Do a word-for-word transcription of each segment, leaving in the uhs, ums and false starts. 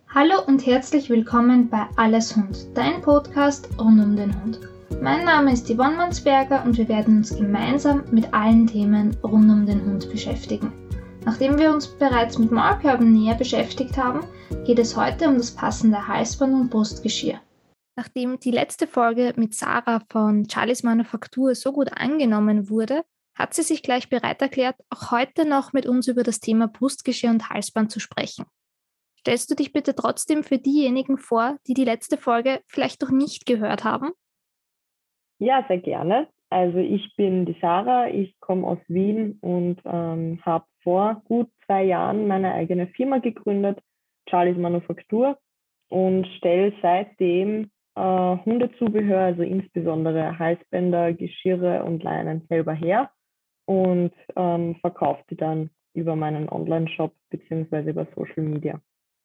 Hallo und herzlich willkommen bei Alles Hund, dein Podcast rund um den Hund. Mein Name ist Yvonne Mansberger und wir werden uns gemeinsam mit allen Themen rund um den Hund beschäftigen. Nachdem wir uns bereits mit Maulkörben näher beschäftigt haben, geht es heute um das passende Halsband und Brustgeschirr. Nachdem die letzte Folge mit Sarah von Charlies Manufaktur so gut angenommen wurde, hat sie sich gleich bereit erklärt, auch heute noch mit uns über das Thema Brustgeschirr und Halsband zu sprechen. Stellst du dich bitte trotzdem für diejenigen vor, die die letzte Folge vielleicht noch nicht gehört haben? Ja, sehr gerne. Also ich bin die Sarah, ich komme aus Wien und ähm, habe vor gut zwei Jahren meine eigene Firma gegründet, Charlies Manufaktur, und stelle seitdem äh, Hundezubehör, also insbesondere Halsbänder, Geschirre und Leinen selber her und ähm, verkaufe die dann über meinen Online-Shop beziehungsweise über Social Media.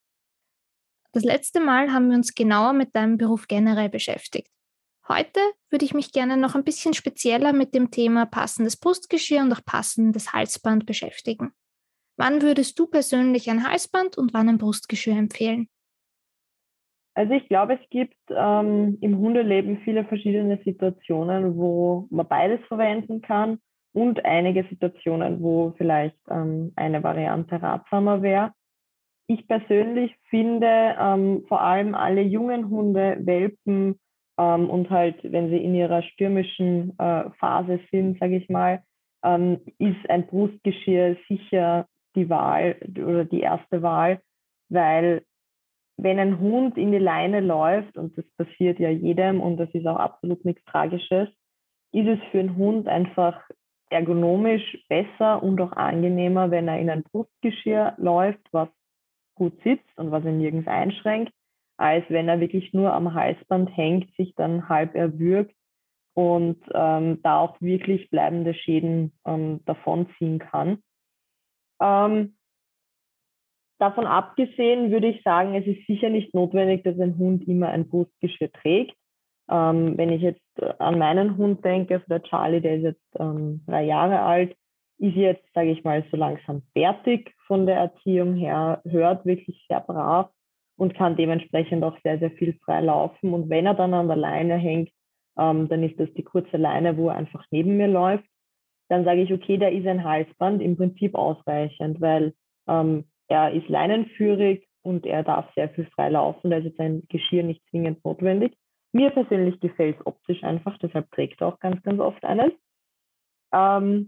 Das letzte Mal haben wir uns genauer mit deinem Beruf generell beschäftigt. Heute würde ich mich gerne noch ein bisschen spezieller mit dem Thema passendes Brustgeschirr und auch passendes Halsband beschäftigen. Wann würdest du persönlich ein Halsband und wann ein Brustgeschirr empfehlen? Also ich glaube, es gibt ähm, im Hundeleben viele verschiedene Situationen, wo man beides verwenden kann und einige Situationen, wo vielleicht ähm, eine Variante ratsamer wäre. Ich persönlich finde ähm, vor allem alle jungen Hunde, Welpen ähm, und halt, wenn sie in ihrer stürmischen äh, Phase sind, sage ich mal, ähm, ist ein Brustgeschirr sicher die Wahl oder die erste Wahl, weil wenn ein Hund in die Leine läuft, und das passiert ja jedem und das ist auch absolut nichts Tragisches, ist es für einen Hund einfach ergonomisch besser und auch angenehmer, wenn er in ein Brustgeschirr läuft, was gut sitzt und was ihn nirgends einschränkt, als wenn er wirklich nur am Halsband hängt, sich dann halb erwürgt und ähm, da auch wirklich bleibende Schäden ähm, davonziehen kann. Ähm, Davon abgesehen würde ich sagen, es ist sicher nicht notwendig, dass ein Hund immer ein Brustgeschirr trägt. Ähm, wenn ich jetzt an meinen Hund denke, also der Charlie, der ist jetzt ähm, drei Jahre alt, ist jetzt, sage ich mal, so langsam fertig von der Erziehung her, hört wirklich sehr brav und kann dementsprechend auch sehr, sehr viel frei laufen. Und wenn er dann an der Leine hängt, ähm, dann ist das die kurze Leine, wo er einfach neben mir läuft. Dann sage ich, okay, da ist ein Halsband im Prinzip ausreichend, weil ähm, er ist leinenführig und er darf sehr viel frei laufen. Da ist jetzt ein Geschirr nicht zwingend notwendig. Mir persönlich gefällt es optisch einfach, deshalb trägt er auch ganz, ganz oft eines. Ähm,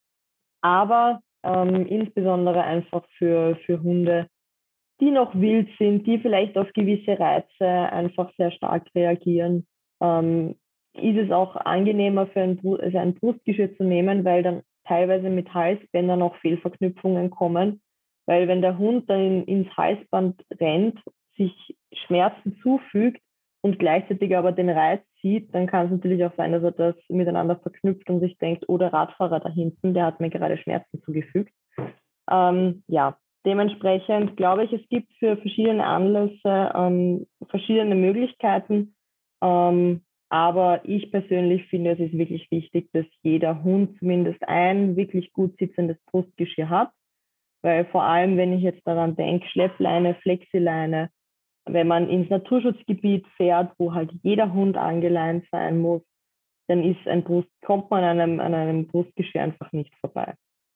aber ähm, insbesondere einfach für, für Hunde, die noch wild sind, die vielleicht auf gewisse Reize einfach sehr stark reagieren, ähm, ist es auch angenehmer für ein, also ein Brustgeschirr zu nehmen, weil dann teilweise mit Halsbändern auch Fehlverknüpfungen kommen. Weil wenn der Hund dann in, ins Halsband rennt, sich Schmerzen zufügt und gleichzeitig aber den Reiz sieht, dann kann es natürlich auch sein, dass er das miteinander verknüpft und sich denkt, oh, der Radfahrer da hinten, der hat mir gerade Schmerzen zugefügt. Ähm, ja, dementsprechend glaube ich, es gibt für verschiedene Anlässe ähm, verschiedene Möglichkeiten. Ähm, aber ich persönlich finde, es ist wirklich wichtig, dass jeder Hund zumindest ein wirklich gut sitzendes Brustgeschirr hat. Weil vor allem, wenn ich jetzt daran denke, Schleppleine, Flexileine, wenn man ins Naturschutzgebiet fährt, wo halt jeder Hund angeleint sein muss, dann ist ein Brust, kommt man an einem, an einem Brustgeschirr einfach nicht vorbei.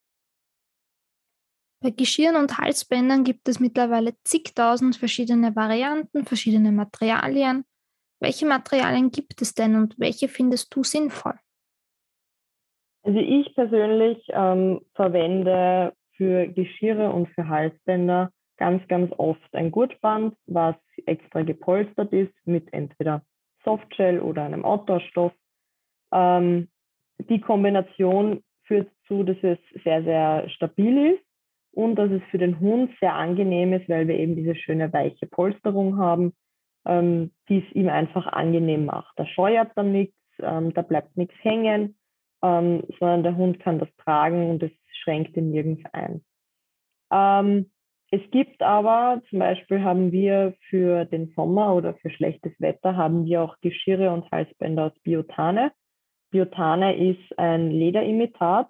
Bei Geschirren und Halsbändern gibt es mittlerweile zigtausend verschiedene Varianten, verschiedene Materialien. Welche Materialien gibt es denn und welche findest du sinnvoll? Also ich persönlich ähm, verwende für Geschirre und für Halsbänder ganz, ganz oft ein Gurtband, was extra gepolstert ist mit entweder Softshell oder einem Outdoor-Stoff. Ähm, die Kombination führt dazu, dass es sehr, sehr stabil ist und dass es für den Hund sehr angenehm ist, weil wir eben diese schöne weiche Polsterung haben, ähm, die es ihm einfach angenehm macht. Da scheuert dann nichts, ähm, da bleibt nichts hängen, ähm, sondern der Hund kann das tragen und es schränkt ihn nirgends ein. Ähm, es gibt aber, zum Beispiel haben wir für den Sommer oder für schlechtes Wetter, haben wir auch Geschirre und Halsbänder aus Biotane. Biotane ist ein Lederimitat,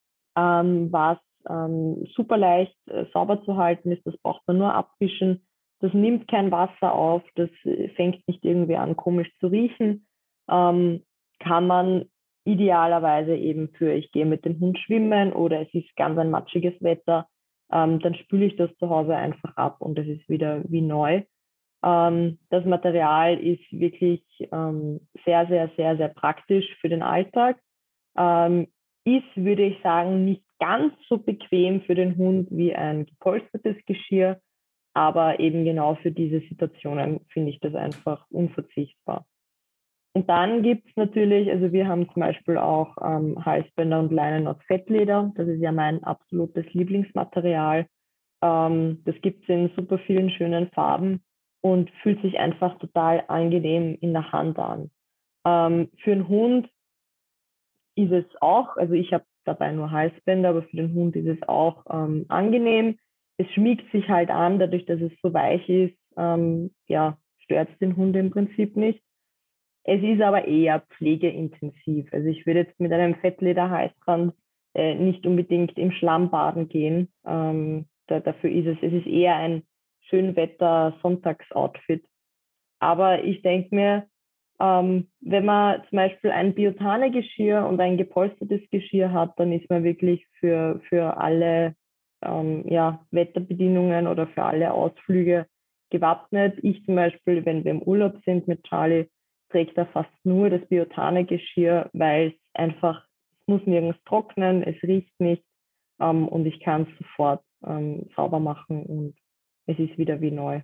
ähm, was ähm, super leicht äh, sauber zu halten ist. Das braucht man nur abwischen. das nimmt kein Wasser auf, das fängt nicht irgendwie an, komisch zu riechen, ähm, kann man idealerweise eben für, ich gehe mit dem Hund schwimmen oder es ist ganz ein matschiges Wetter, ähm, dann spüle ich das zu Hause einfach ab und es ist wieder wie neu. Ähm, das Material ist wirklich ähm, sehr, sehr, sehr, sehr praktisch für den Alltag. Ähm, ist, würde ich sagen, nicht ganz so bequem für den Hund wie ein gepolstertes Geschirr, aber eben genau für diese Situationen finde ich das einfach unverzichtbar. Und dann gibt es natürlich, also wir haben zum Beispiel auch ähm, Halsbänder und Leinen aus Fettleder. Das ist ja mein absolutes Lieblingsmaterial. Ähm, das gibt es in super vielen schönen Farben und fühlt sich einfach total angenehm in der Hand an. Ähm, für einen Hund ist es auch, also ich habe dabei nur Halsbänder, aber für den Hund ist es auch ähm, angenehm. Es schmiegt sich halt an, dadurch, dass es so weich ist, ähm, ja, stört es den Hund im Prinzip nicht. Es ist aber eher pflegeintensiv. Also ich würde jetzt mit einem Fettleder-Halsband äh, nicht unbedingt im Schlamm baden gehen. Ähm, da, dafür ist es, es ist eher ein Schönwetter-Sonntagsoutfit. Aber ich denke mir, ähm, wenn man zum Beispiel ein Biotane-Geschirr und ein gepolstertes Geschirr hat, dann ist man wirklich für, für alle ähm, ja, Wetterbedingungen oder für alle Ausflüge gewappnet. Ich zum Beispiel, wenn wir im Urlaub sind mit Charlie, trägt er fast nur das Biotane-Geschirr, weil es einfach, es muss nirgends trocknen, es riecht nicht ähm, und ich kann es sofort ähm, sauber machen und es ist wieder wie neu.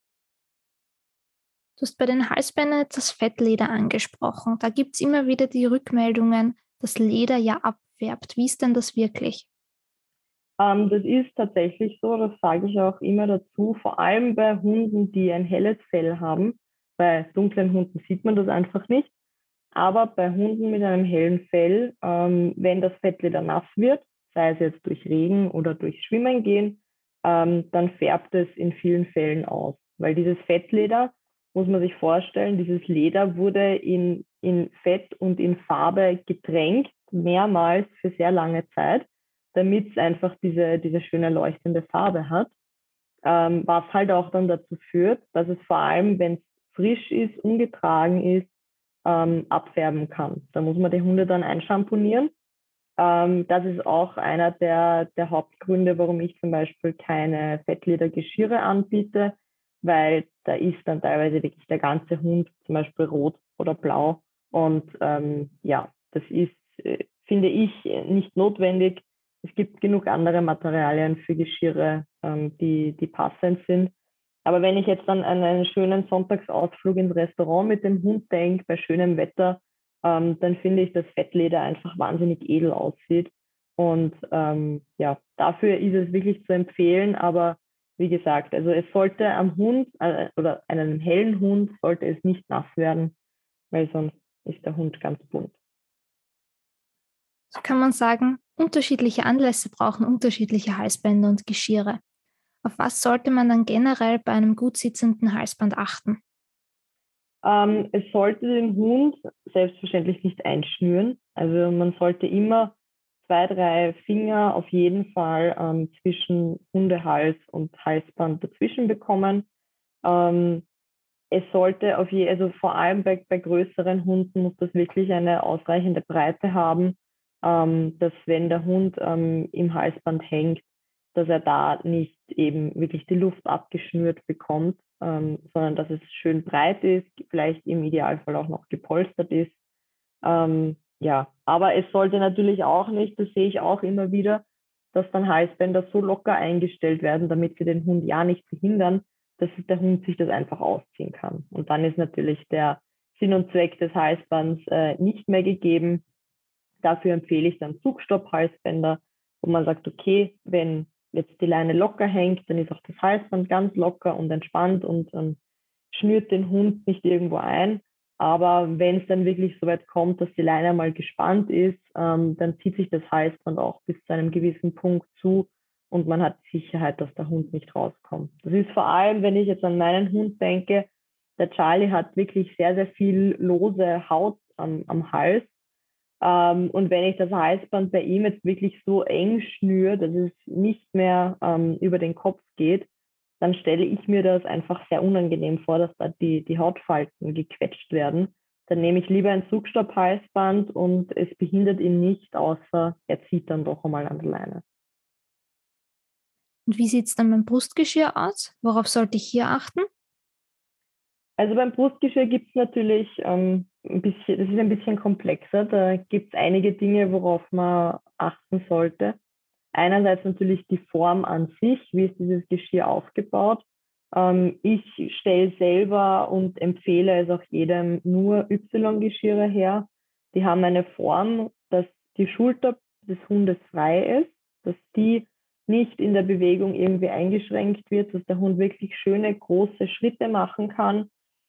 Du hast bei den Halsbändern jetzt das Fettleder angesprochen. Da gibt es immer wieder die Rückmeldungen, dass Leder ja abfärbt. Wie ist denn das wirklich? Ähm, das ist tatsächlich so, das sage ich auch immer dazu, vor allem bei Hunden, die ein helles Fell haben. Bei dunklen Hunden sieht man das einfach nicht. Aber bei Hunden mit einem hellen Fell, ähm, wenn das Fettleder nass wird, sei es jetzt durch Regen oder durch Schwimmen gehen, ähm, dann färbt es in vielen Fällen aus. Weil dieses Fettleder, muss man sich vorstellen, dieses Leder wurde in, in Fett und in Farbe getränkt, mehrmals für sehr lange Zeit, damit es einfach diese, diese schöne leuchtende Farbe hat. Ähm, was halt auch dann dazu führt, dass es vor allem, wenn es frisch ist, ungetragen ist, ähm, abfärben kann. Da muss man die Hunde dann einschamponieren. Ähm, das ist auch einer der, der Hauptgründe, warum ich zum Beispiel keine Fettledergeschirre anbiete, weil da ist dann teilweise wirklich der ganze Hund zum Beispiel rot oder blau. Und ähm, ja, das ist, äh, finde ich, nicht notwendig. Es gibt genug andere Materialien für Geschirre, ähm, die, die passend sind. Aber wenn ich jetzt dann an einen schönen Sonntagsausflug ins Restaurant mit dem Hund denke, bei schönem Wetter, ähm, dann finde ich, dass Fettleder einfach wahnsinnig edel aussieht. Und ähm, ja, dafür ist es wirklich zu empfehlen. Aber wie gesagt, also es sollte am Hund äh, oder einem hellen Hund sollte es nicht nass werden, weil sonst ist der Hund ganz bunt. So kann man sagen, unterschiedliche Anlässe brauchen unterschiedliche Halsbänder und Geschirre. Auf was sollte man dann generell bei einem gut sitzenden Halsband achten? Ähm, es sollte den Hund selbstverständlich nicht einschnüren. Also man sollte immer zwei, drei Finger auf jeden Fall ähm, zwischen Hundehals und Halsband dazwischen bekommen. Ähm, es sollte auf je, also vor allem bei, bei größeren Hunden muss das wirklich eine ausreichende Breite haben, ähm, dass wenn der Hund ähm, im Halsband hängt, dass er da nicht eben wirklich die Luft abgeschnürt bekommt, ähm, sondern dass es schön breit ist, vielleicht im Idealfall auch noch gepolstert ist. Ähm, ja, aber es sollte natürlich auch nicht, das sehe ich auch immer wieder, dass dann Halsbänder so locker eingestellt werden, damit sie den Hund ja nicht behindern, dass der Hund sich das einfach ausziehen kann. Und dann ist natürlich der Sinn und Zweck des Halsbands äh, nicht mehr gegeben. Dafür empfehle ich dann Zugstopp-Halsbänder, wo man sagt, okay, wenn jetzt die Leine locker hängt, dann ist auch das Halsband ganz locker und entspannt und ähm, schnürt den Hund nicht irgendwo ein. Aber wenn es dann wirklich so weit kommt, dass die Leine mal gespannt ist, ähm, dann zieht sich das Halsband auch bis zu einem gewissen Punkt zu und man hat Sicherheit, dass der Hund nicht rauskommt. Das ist vor allem, wenn ich jetzt an meinen Hund denke, der Charlie hat wirklich sehr, sehr viel lose Haut am, am Hals. Ähm, und wenn ich das Halsband bei ihm jetzt wirklich so eng schnüre, dass es nicht mehr ähm, über den Kopf geht, dann stelle ich mir das einfach sehr unangenehm vor, dass da die, die Hautfalten gequetscht werden. Dann nehme ich lieber ein Zugstopphalsband und es behindert ihn nicht, außer er zieht dann doch einmal an der Leine. Und wie sieht es dann beim Brustgeschirr aus? Worauf sollte ich hier achten? Also beim Brustgeschirr gibt es natürlich ähm, ein bisschen, das ist ein bisschen komplexer. Da gibt es einige Dinge, worauf man achten sollte. Einerseits natürlich die Form an sich, wie ist dieses Geschirr aufgebaut. Ähm, ich stelle selber und empfehle es auch jedem nur Y-Geschirre her. Die haben eine Form, dass die Schulter des Hundes frei ist, dass die nicht in der Bewegung irgendwie eingeschränkt wird, dass der Hund wirklich schöne, große Schritte machen kann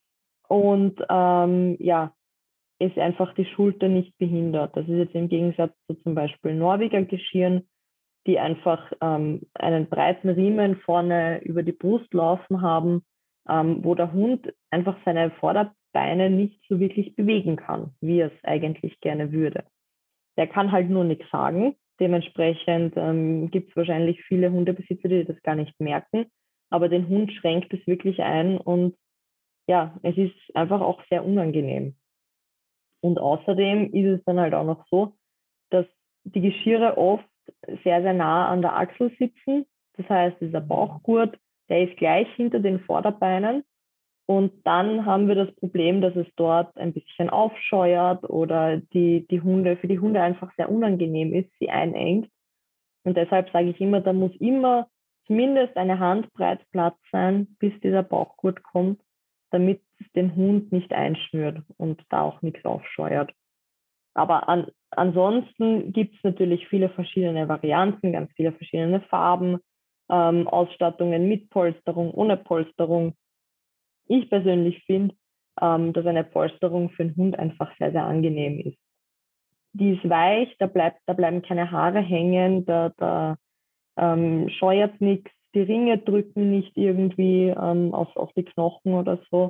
und ähm, ja, es einfach die Schulter nicht behindert. Das ist jetzt im Gegensatz zu zum Beispiel Norweger Geschirren, die einfach ähm, einen breiten Riemen vorne über die Brust laufen haben, ähm, wo der Hund einfach seine Vorderbeine nicht so wirklich bewegen kann, wie er es eigentlich gerne würde. Der kann halt nur nichts sagen. Dementsprechend ähm, gibt es wahrscheinlich viele Hundebesitzer, die das gar nicht merken. Aber den Hund schränkt es wirklich ein und ja, es ist einfach auch sehr unangenehm. Und außerdem ist es dann halt auch noch so, dass die Geschirre oft sehr, sehr nah an der Achsel sitzen. Das heißt, dieser Bauchgurt, der ist gleich hinter den Vorderbeinen. Und dann haben wir das Problem, dass es dort ein bisschen aufscheuert oder die, die Hunde, für die Hunde einfach sehr unangenehm ist, sie einengt. Und deshalb sage ich immer, da muss immer zumindest eine Handbreit Platz sein, bis dieser Bauchgurt kommt, damit es den Hund nicht einschnürt und da auch nichts aufscheuert. Aber an, ansonsten gibt es natürlich viele verschiedene Varianten, ganz viele verschiedene Farben, ähm, Ausstattungen mit Polsterung, ohne Polsterung. Ich persönlich finde, ähm, dass eine Polsterung für den Hund einfach sehr, sehr angenehm ist. Die ist weich, da, bleibt, da bleiben keine Haare hängen, da, da ähm, scheuert nichts, die Ringe drücken nicht irgendwie ähm, auf, auf die Knochen oder so.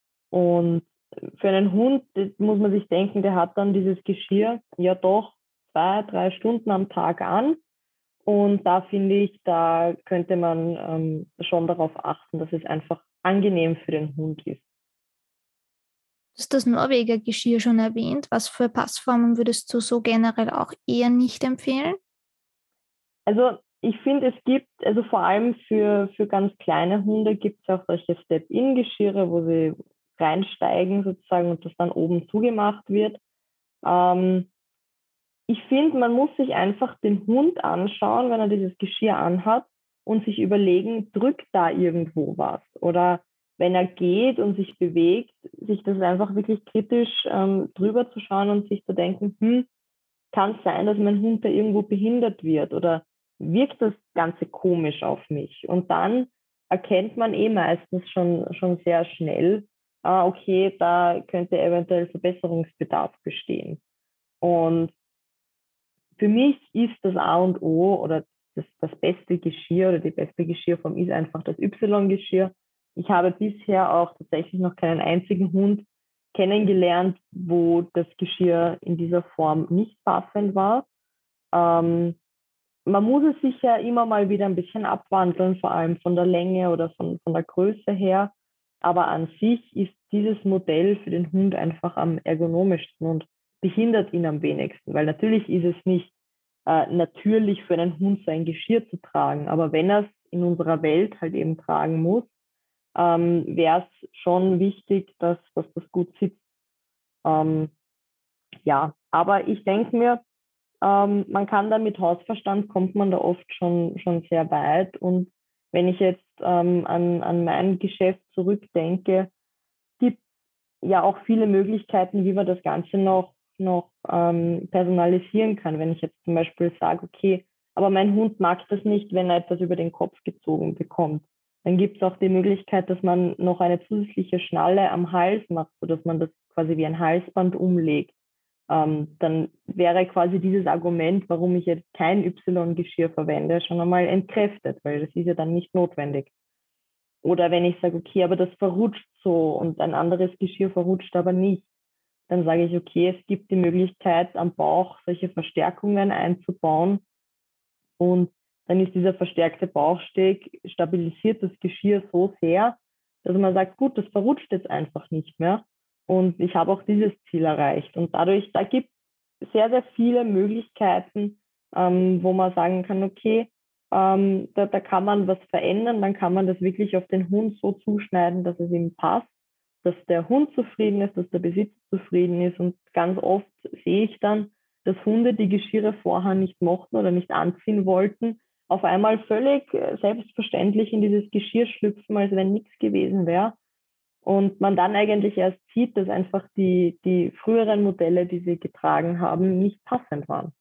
Und für einen Hund, das muss man sich denken, der hat dann dieses Geschirr ja doch zwei, drei Stunden am Tag an. Und da finde ich, da könnte man ähm, schon darauf achten, dass es einfach angenehm für den Hund ist. Du hast das Norweger Geschirr schon erwähnt. Was für Passformen würdest du so generell auch eher nicht empfehlen? Also ich finde, es gibt, also vor allem für, für ganz kleine Hunde gibt es auch solche Step-In-Geschirre, wo sie reinsteigen sozusagen und das dann oben zugemacht wird. Ähm, ich finde, man muss sich einfach den Hund anschauen, wenn er dieses Geschirr anhat und sich überlegen, drückt da irgendwo was? Oder wenn er geht und sich bewegt, sich das einfach wirklich kritisch ähm, drüber zu schauen und sich zu denken, hm, kann es sein, dass mein Hund da irgendwo behindert wird oder wirkt das Ganze komisch auf mich? Und dann erkennt man eh meistens schon, schon sehr schnell, ah, okay, da könnte eventuell Verbesserungsbedarf bestehen. Und für mich ist das A und O oder das, das beste Geschirr oder die beste Geschirrform ist einfach das Y-Geschirr. Ich habe bisher auch tatsächlich noch keinen einzigen Hund kennengelernt, wo das Geschirr in dieser Form nicht passend war. Ähm, man muss es sicher immer mal wieder ein bisschen abwandeln, vor allem von der Länge oder von, von der Größe her. Aber an sich ist dieses Modell für den Hund einfach am ergonomischsten und behindert ihn am wenigsten, weil natürlich ist es nicht äh, natürlich für einen Hund so ein Geschirr zu tragen, aber wenn er es in unserer Welt halt eben tragen muss, ähm, wäre es schon wichtig, dass, dass das gut sitzt. Ähm, ja, aber ich denke mir, ähm, man kann da mit Hausverstand, kommt man da oft schon, schon sehr weit. Und wenn ich jetzt ähm, an, an mein Geschäft zurückdenke, gibt es ja auch viele Möglichkeiten, wie man das Ganze noch, noch ähm, personalisieren kann. Wenn ich jetzt zum Beispiel sage, okay, aber mein Hund mag das nicht, wenn er etwas über den Kopf gezogen bekommt. Dann gibt es auch die Möglichkeit, dass man noch eine zusätzliche Schnalle am Hals macht, sodass man das quasi wie ein Halsband umlegt. Ähm, dann wäre quasi dieses Argument, warum ich jetzt kein Y-Geschirr verwende, schon einmal entkräftet, weil das ist ja dann nicht notwendig. Oder wenn ich sage, okay, aber das verrutscht so und ein anderes Geschirr verrutscht aber nicht, dann sage ich, okay, es gibt die Möglichkeit, am Bauch solche Verstärkungen einzubauen und dann ist dieser verstärkte Bauchsteg, stabilisiert das Geschirr so sehr, dass man sagt, gut, das verrutscht jetzt einfach nicht mehr. Und ich habe auch dieses Ziel erreicht. Und dadurch, da gibt es sehr, sehr viele Möglichkeiten, ähm, wo man sagen kann, okay, ähm, da, da kann man was verändern, dann kann man das wirklich auf den Hund so zuschneiden, dass es ihm passt, dass der Hund zufrieden ist, dass der Besitzer zufrieden ist. Und ganz oft sehe ich dann, dass Hunde, die Geschirre vorher nicht mochten oder nicht anziehen wollten, auf einmal völlig selbstverständlich in dieses Geschirr schlüpfen, als wenn nichts gewesen wäre. Und man dann eigentlich erst sieht, dass einfach die, die früheren Modelle, die sie getragen haben, nicht passend waren.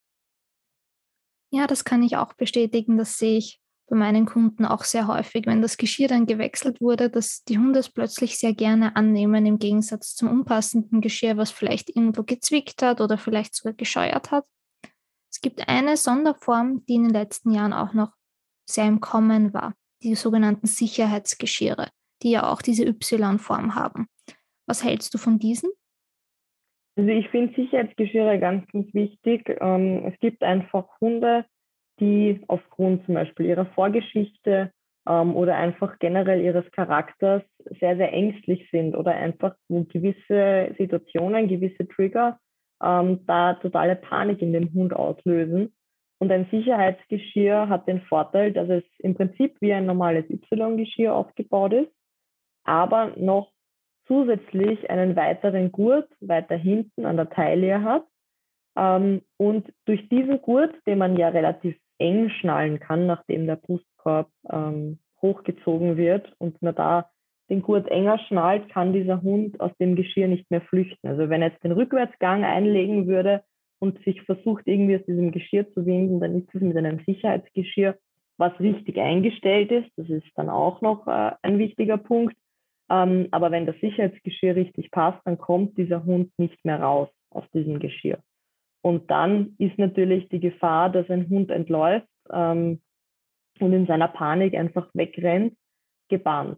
Ja, das kann ich auch bestätigen. Das sehe ich bei meinen Kunden auch sehr häufig, wenn das Geschirr dann gewechselt wurde, dass die Hunde es plötzlich sehr gerne annehmen, im Gegensatz zum unpassenden Geschirr, was vielleicht irgendwo gezwickt hat oder vielleicht sogar gescheuert hat. Es gibt eine Sonderform, die in den letzten Jahren auch noch sehr im Kommen war, die sogenannten Sicherheitsgeschirre, die ja auch diese Y-Form haben. Was hältst du von diesen? Also ich finde Sicherheitsgeschirre ganz, ganz wichtig. Ähm, es gibt einfach Hunde, die aufgrund zum Beispiel ihrer Vorgeschichte ähm, oder einfach generell ihres Charakters sehr, sehr ängstlich sind oder einfach gewisse Situationen, gewisse Trigger ähm, da totale Panik in dem Hund auslösen. Und ein Sicherheitsgeschirr hat den Vorteil, dass es im Prinzip wie ein normales Y-Geschirr aufgebaut ist, aber noch zusätzlich einen weiteren Gurt weiter hinten an der Taille hat. Ähm, und durch diesen Gurt, den man ja relativ eng schnallen kann, nachdem der Brustkorb ähm, hochgezogen wird und man da den Gurt enger schnallt, kann dieser Hund aus dem Geschirr nicht mehr flüchten. Also wenn er jetzt den Rückwärtsgang einlegen würde und sich versucht, irgendwie aus diesem Geschirr zu winden, dann ist es mit einem Sicherheitsgeschirr, was richtig eingestellt ist. Das ist dann auch noch äh, ein wichtiger Punkt. Ähm, aber wenn das Sicherheitsgeschirr richtig passt, dann kommt dieser Hund nicht mehr raus aus diesem Geschirr. Und dann ist natürlich die Gefahr, dass ein Hund entläuft ähm, und in seiner Panik einfach wegrennt, gebannt.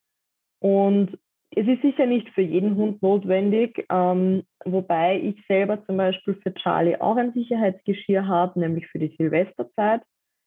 Und es ist sicher nicht für jeden Hund notwendig, ähm, wobei ich selber zum Beispiel für Charlie auch ein Sicherheitsgeschirr habe, nämlich für die Silvesterzeit,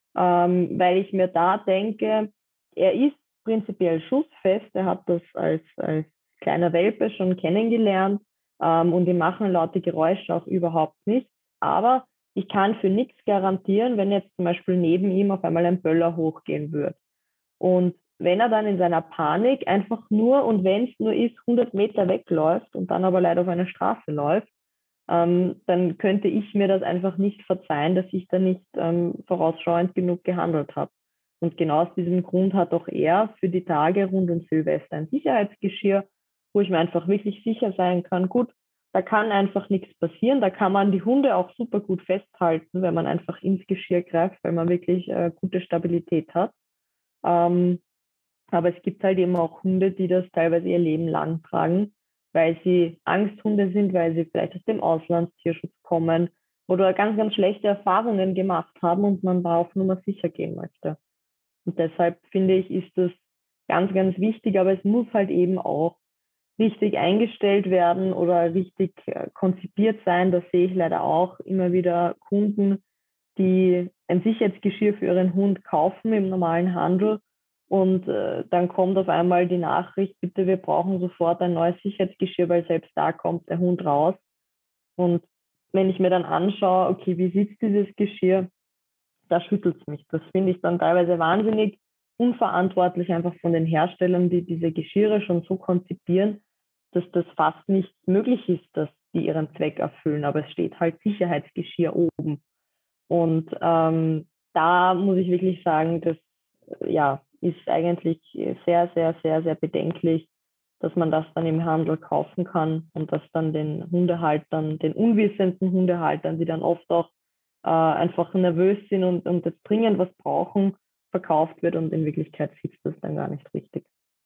ähm, weil ich mir da denke, er ist prinzipiell schussfest, er hat das als, als kleiner Welpe schon kennengelernt ähm, und die machen laute Geräusche auch überhaupt nicht. Aber ich kann für nichts garantieren, wenn jetzt zum Beispiel neben ihm auf einmal ein Böller hochgehen würde. Und wenn er dann in seiner Panik einfach nur, und wenn es nur ist, hundert Meter wegläuft und dann aber leider auf einer Straße läuft, ähm, dann könnte ich mir das einfach nicht verzeihen, dass ich da nicht ähm, vorausschauend genug gehandelt habe. Und genau aus diesem Grund hat auch er für die Tage rund um Silvester ein Sicherheitsgeschirr, wo ich mir einfach wirklich sicher sein kann, gut, da kann einfach nichts passieren, da kann man die Hunde auch super gut festhalten, wenn man einfach ins Geschirr greift, weil man wirklich äh, gute Stabilität hat. Ähm, aber es gibt halt eben auch Hunde, die das teilweise ihr Leben lang tragen, weil sie Angsthunde sind, weil sie vielleicht aus dem Auslandstierschutz kommen oder ganz, ganz schlechte Erfahrungen gemacht haben und man da auf Nummer sicher gehen möchte. Und deshalb finde ich, ist das ganz, ganz wichtig, aber es muss halt eben auch richtig eingestellt werden oder richtig konzipiert sein. Das sehe ich leider auch immer wieder Kunden, die ein Sicherheitsgeschirr für ihren Hund kaufen im normalen Handel und äh, dann kommt auf einmal die Nachricht, bitte, wir brauchen sofort ein neues Sicherheitsgeschirr, weil selbst da kommt der Hund raus. Und wenn ich mir dann anschaue, okay, wie sitzt dieses Geschirr, da schüttelt es mich. Das finde ich dann teilweise wahnsinnig unverantwortlich einfach von den Herstellern, die diese Geschirre schon so konzipieren, dass das fast nicht möglich ist, dass die ihren Zweck erfüllen. Aber es steht halt Sicherheitsgeschirr oben. Und ähm, da muss ich wirklich sagen, das ja, ist eigentlich sehr, sehr, sehr, sehr bedenklich, dass man das dann im Handel kaufen kann und das dann den Hundehaltern, den unwissenden Hundehaltern, die dann oft auch äh, einfach nervös sind und, und jetzt dringend was brauchen, verkauft wird und in Wirklichkeit sitzt das dann gar nicht richtig.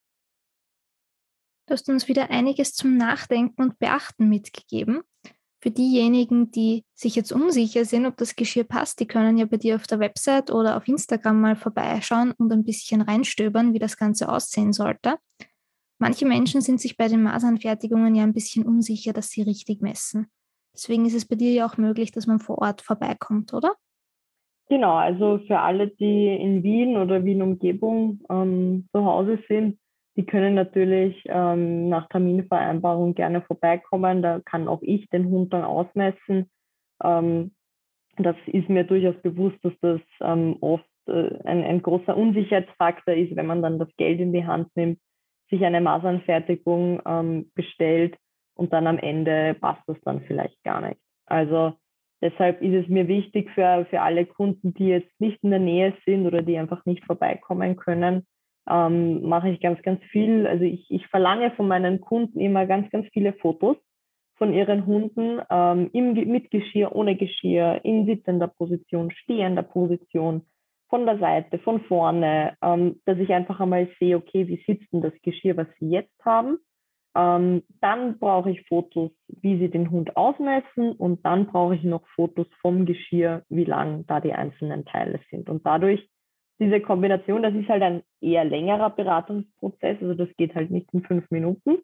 Du hast uns wieder einiges zum Nachdenken und Beachten mitgegeben. Für diejenigen, die sich jetzt unsicher sind, ob das Geschirr passt, die können ja bei dir auf der Website oder auf Instagram mal vorbeischauen und ein bisschen reinstöbern, wie das Ganze aussehen sollte. Manche Menschen sind sich bei den Maßanfertigungen ja ein bisschen unsicher, dass sie richtig messen. Deswegen ist es bei dir ja auch möglich, dass man vor Ort vorbeikommt, oder? Genau, also für alle, die in Wien oder Wien-Umgebung ähm, zu Hause sind, die können natürlich ähm, nach Terminvereinbarung gerne vorbeikommen. Da kann auch ich den Hund dann ausmessen. Ähm, das ist mir durchaus bewusst, dass das ähm, oft äh, ein, ein großer Unsicherheitsfaktor ist, wenn man dann das Geld in die Hand nimmt, sich eine Maßanfertigung ähm, bestellt und dann am Ende passt das dann vielleicht gar nicht. Also deshalb ist es mir wichtig für, für alle Kunden, die jetzt nicht in der Nähe sind oder die einfach nicht vorbeikommen können, ähm, mache ich ganz, ganz viel. Also ich, ich verlange von meinen Kunden immer ganz, ganz viele Fotos von ihren Hunden ähm, im, mit Geschirr, ohne Geschirr, in sitzender Position, stehender Position, von der Seite, von vorne, ähm, dass ich einfach einmal sehe, okay, wie sitzt denn das Geschirr, was sie jetzt haben. Ähm, dann brauche ich Fotos, wie sie den Hund ausmessen, und dann brauche ich noch Fotos vom Geschirr, wie lang da die einzelnen Teile sind. Und dadurch diese Kombination, das ist halt ein eher längerer Beratungsprozess, also das geht halt nicht in fünf Minuten.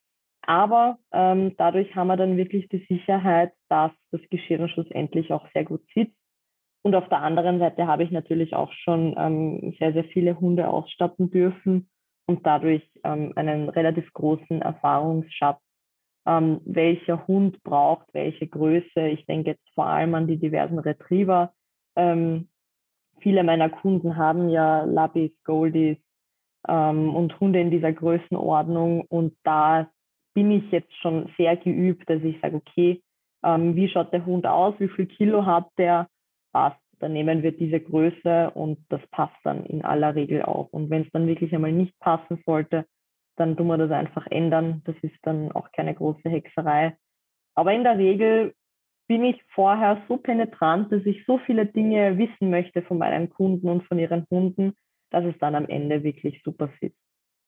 Aber ähm, dadurch haben wir dann wirklich die Sicherheit, dass das Geschirr dann schlussendlich auch sehr gut sitzt. Und auf der anderen Seite habe ich natürlich auch schon ähm, sehr, sehr viele Hunde ausstatten dürfen und dadurch ähm, einen relativ großen Erfahrungsschatz, ähm, welcher Hund braucht welche Größe. Ich denke jetzt vor allem an die diversen Retriever. Ähm, viele meiner Kunden haben ja Labbies, Goldies ähm, und Hunde in dieser Größenordnung, und da bin ich jetzt schon sehr geübt, dass ich sage, okay, ähm, wie schaut der Hund aus, wie viel Kilo hat der, passt. Dann nehmen wir diese Größe und das passt dann in aller Regel auch. Und wenn es dann wirklich einmal nicht passen sollte, dann tun wir das einfach ändern. Das ist dann auch keine große Hexerei. Aber in der Regel bin ich vorher so penetrant, dass ich so viele Dinge wissen möchte von meinen Kunden und von ihren Hunden, dass es dann am Ende wirklich super sitzt.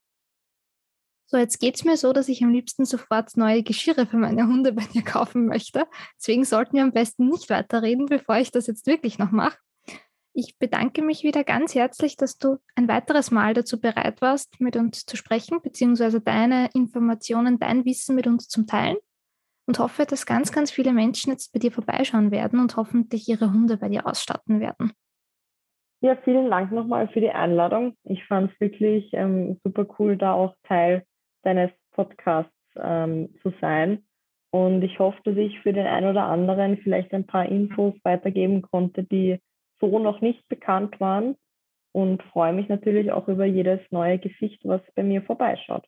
So, jetzt geht es mir so, dass ich am liebsten sofort neue Geschirre für meine Hunde bei dir kaufen möchte. Deswegen sollten wir am besten nicht weiterreden, bevor ich das jetzt wirklich noch mache. Ich bedanke mich wieder ganz herzlich, dass du ein weiteres Mal dazu bereit warst, mit uns zu sprechen, beziehungsweise deine Informationen, dein Wissen mit uns zu teilen, und hoffe, dass ganz, ganz viele Menschen jetzt bei dir vorbeischauen werden und hoffentlich ihre Hunde bei dir ausstatten werden. Ja, vielen Dank nochmal für die Einladung. Ich fand es wirklich ähm, super cool, da auch Teil deines Podcasts ähm, zu sein. Und ich hoffe, dass ich für den einen oder anderen vielleicht ein paar Infos weitergeben konnte, die so noch nicht bekannt waren. Und freue mich natürlich auch über jedes neue Gesicht, was bei mir vorbeischaut.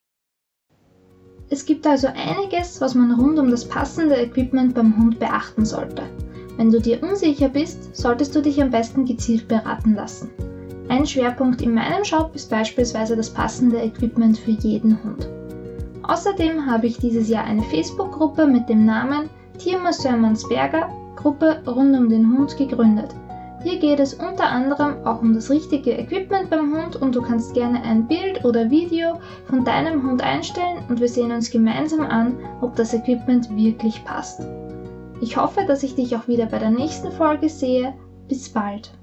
Es gibt also einiges, was man rund um das passende Equipment beim Hund beachten sollte. Wenn du dir unsicher bist, solltest du dich am besten gezielt beraten lassen. Ein Schwerpunkt in meinem Shop ist beispielsweise das passende Equipment für jeden Hund. Außerdem habe ich dieses Jahr eine Facebook-Gruppe mit dem Namen Tiermasseur Mansberger, Gruppe rund um den Hund, gegründet. Hier geht es unter anderem auch um das richtige Equipment beim Hund, und du kannst gerne ein Bild oder Video von deinem Hund einstellen und wir sehen uns gemeinsam an, ob das Equipment wirklich passt. Ich hoffe, dass ich dich auch wieder bei der nächsten Folge sehe. Bis bald!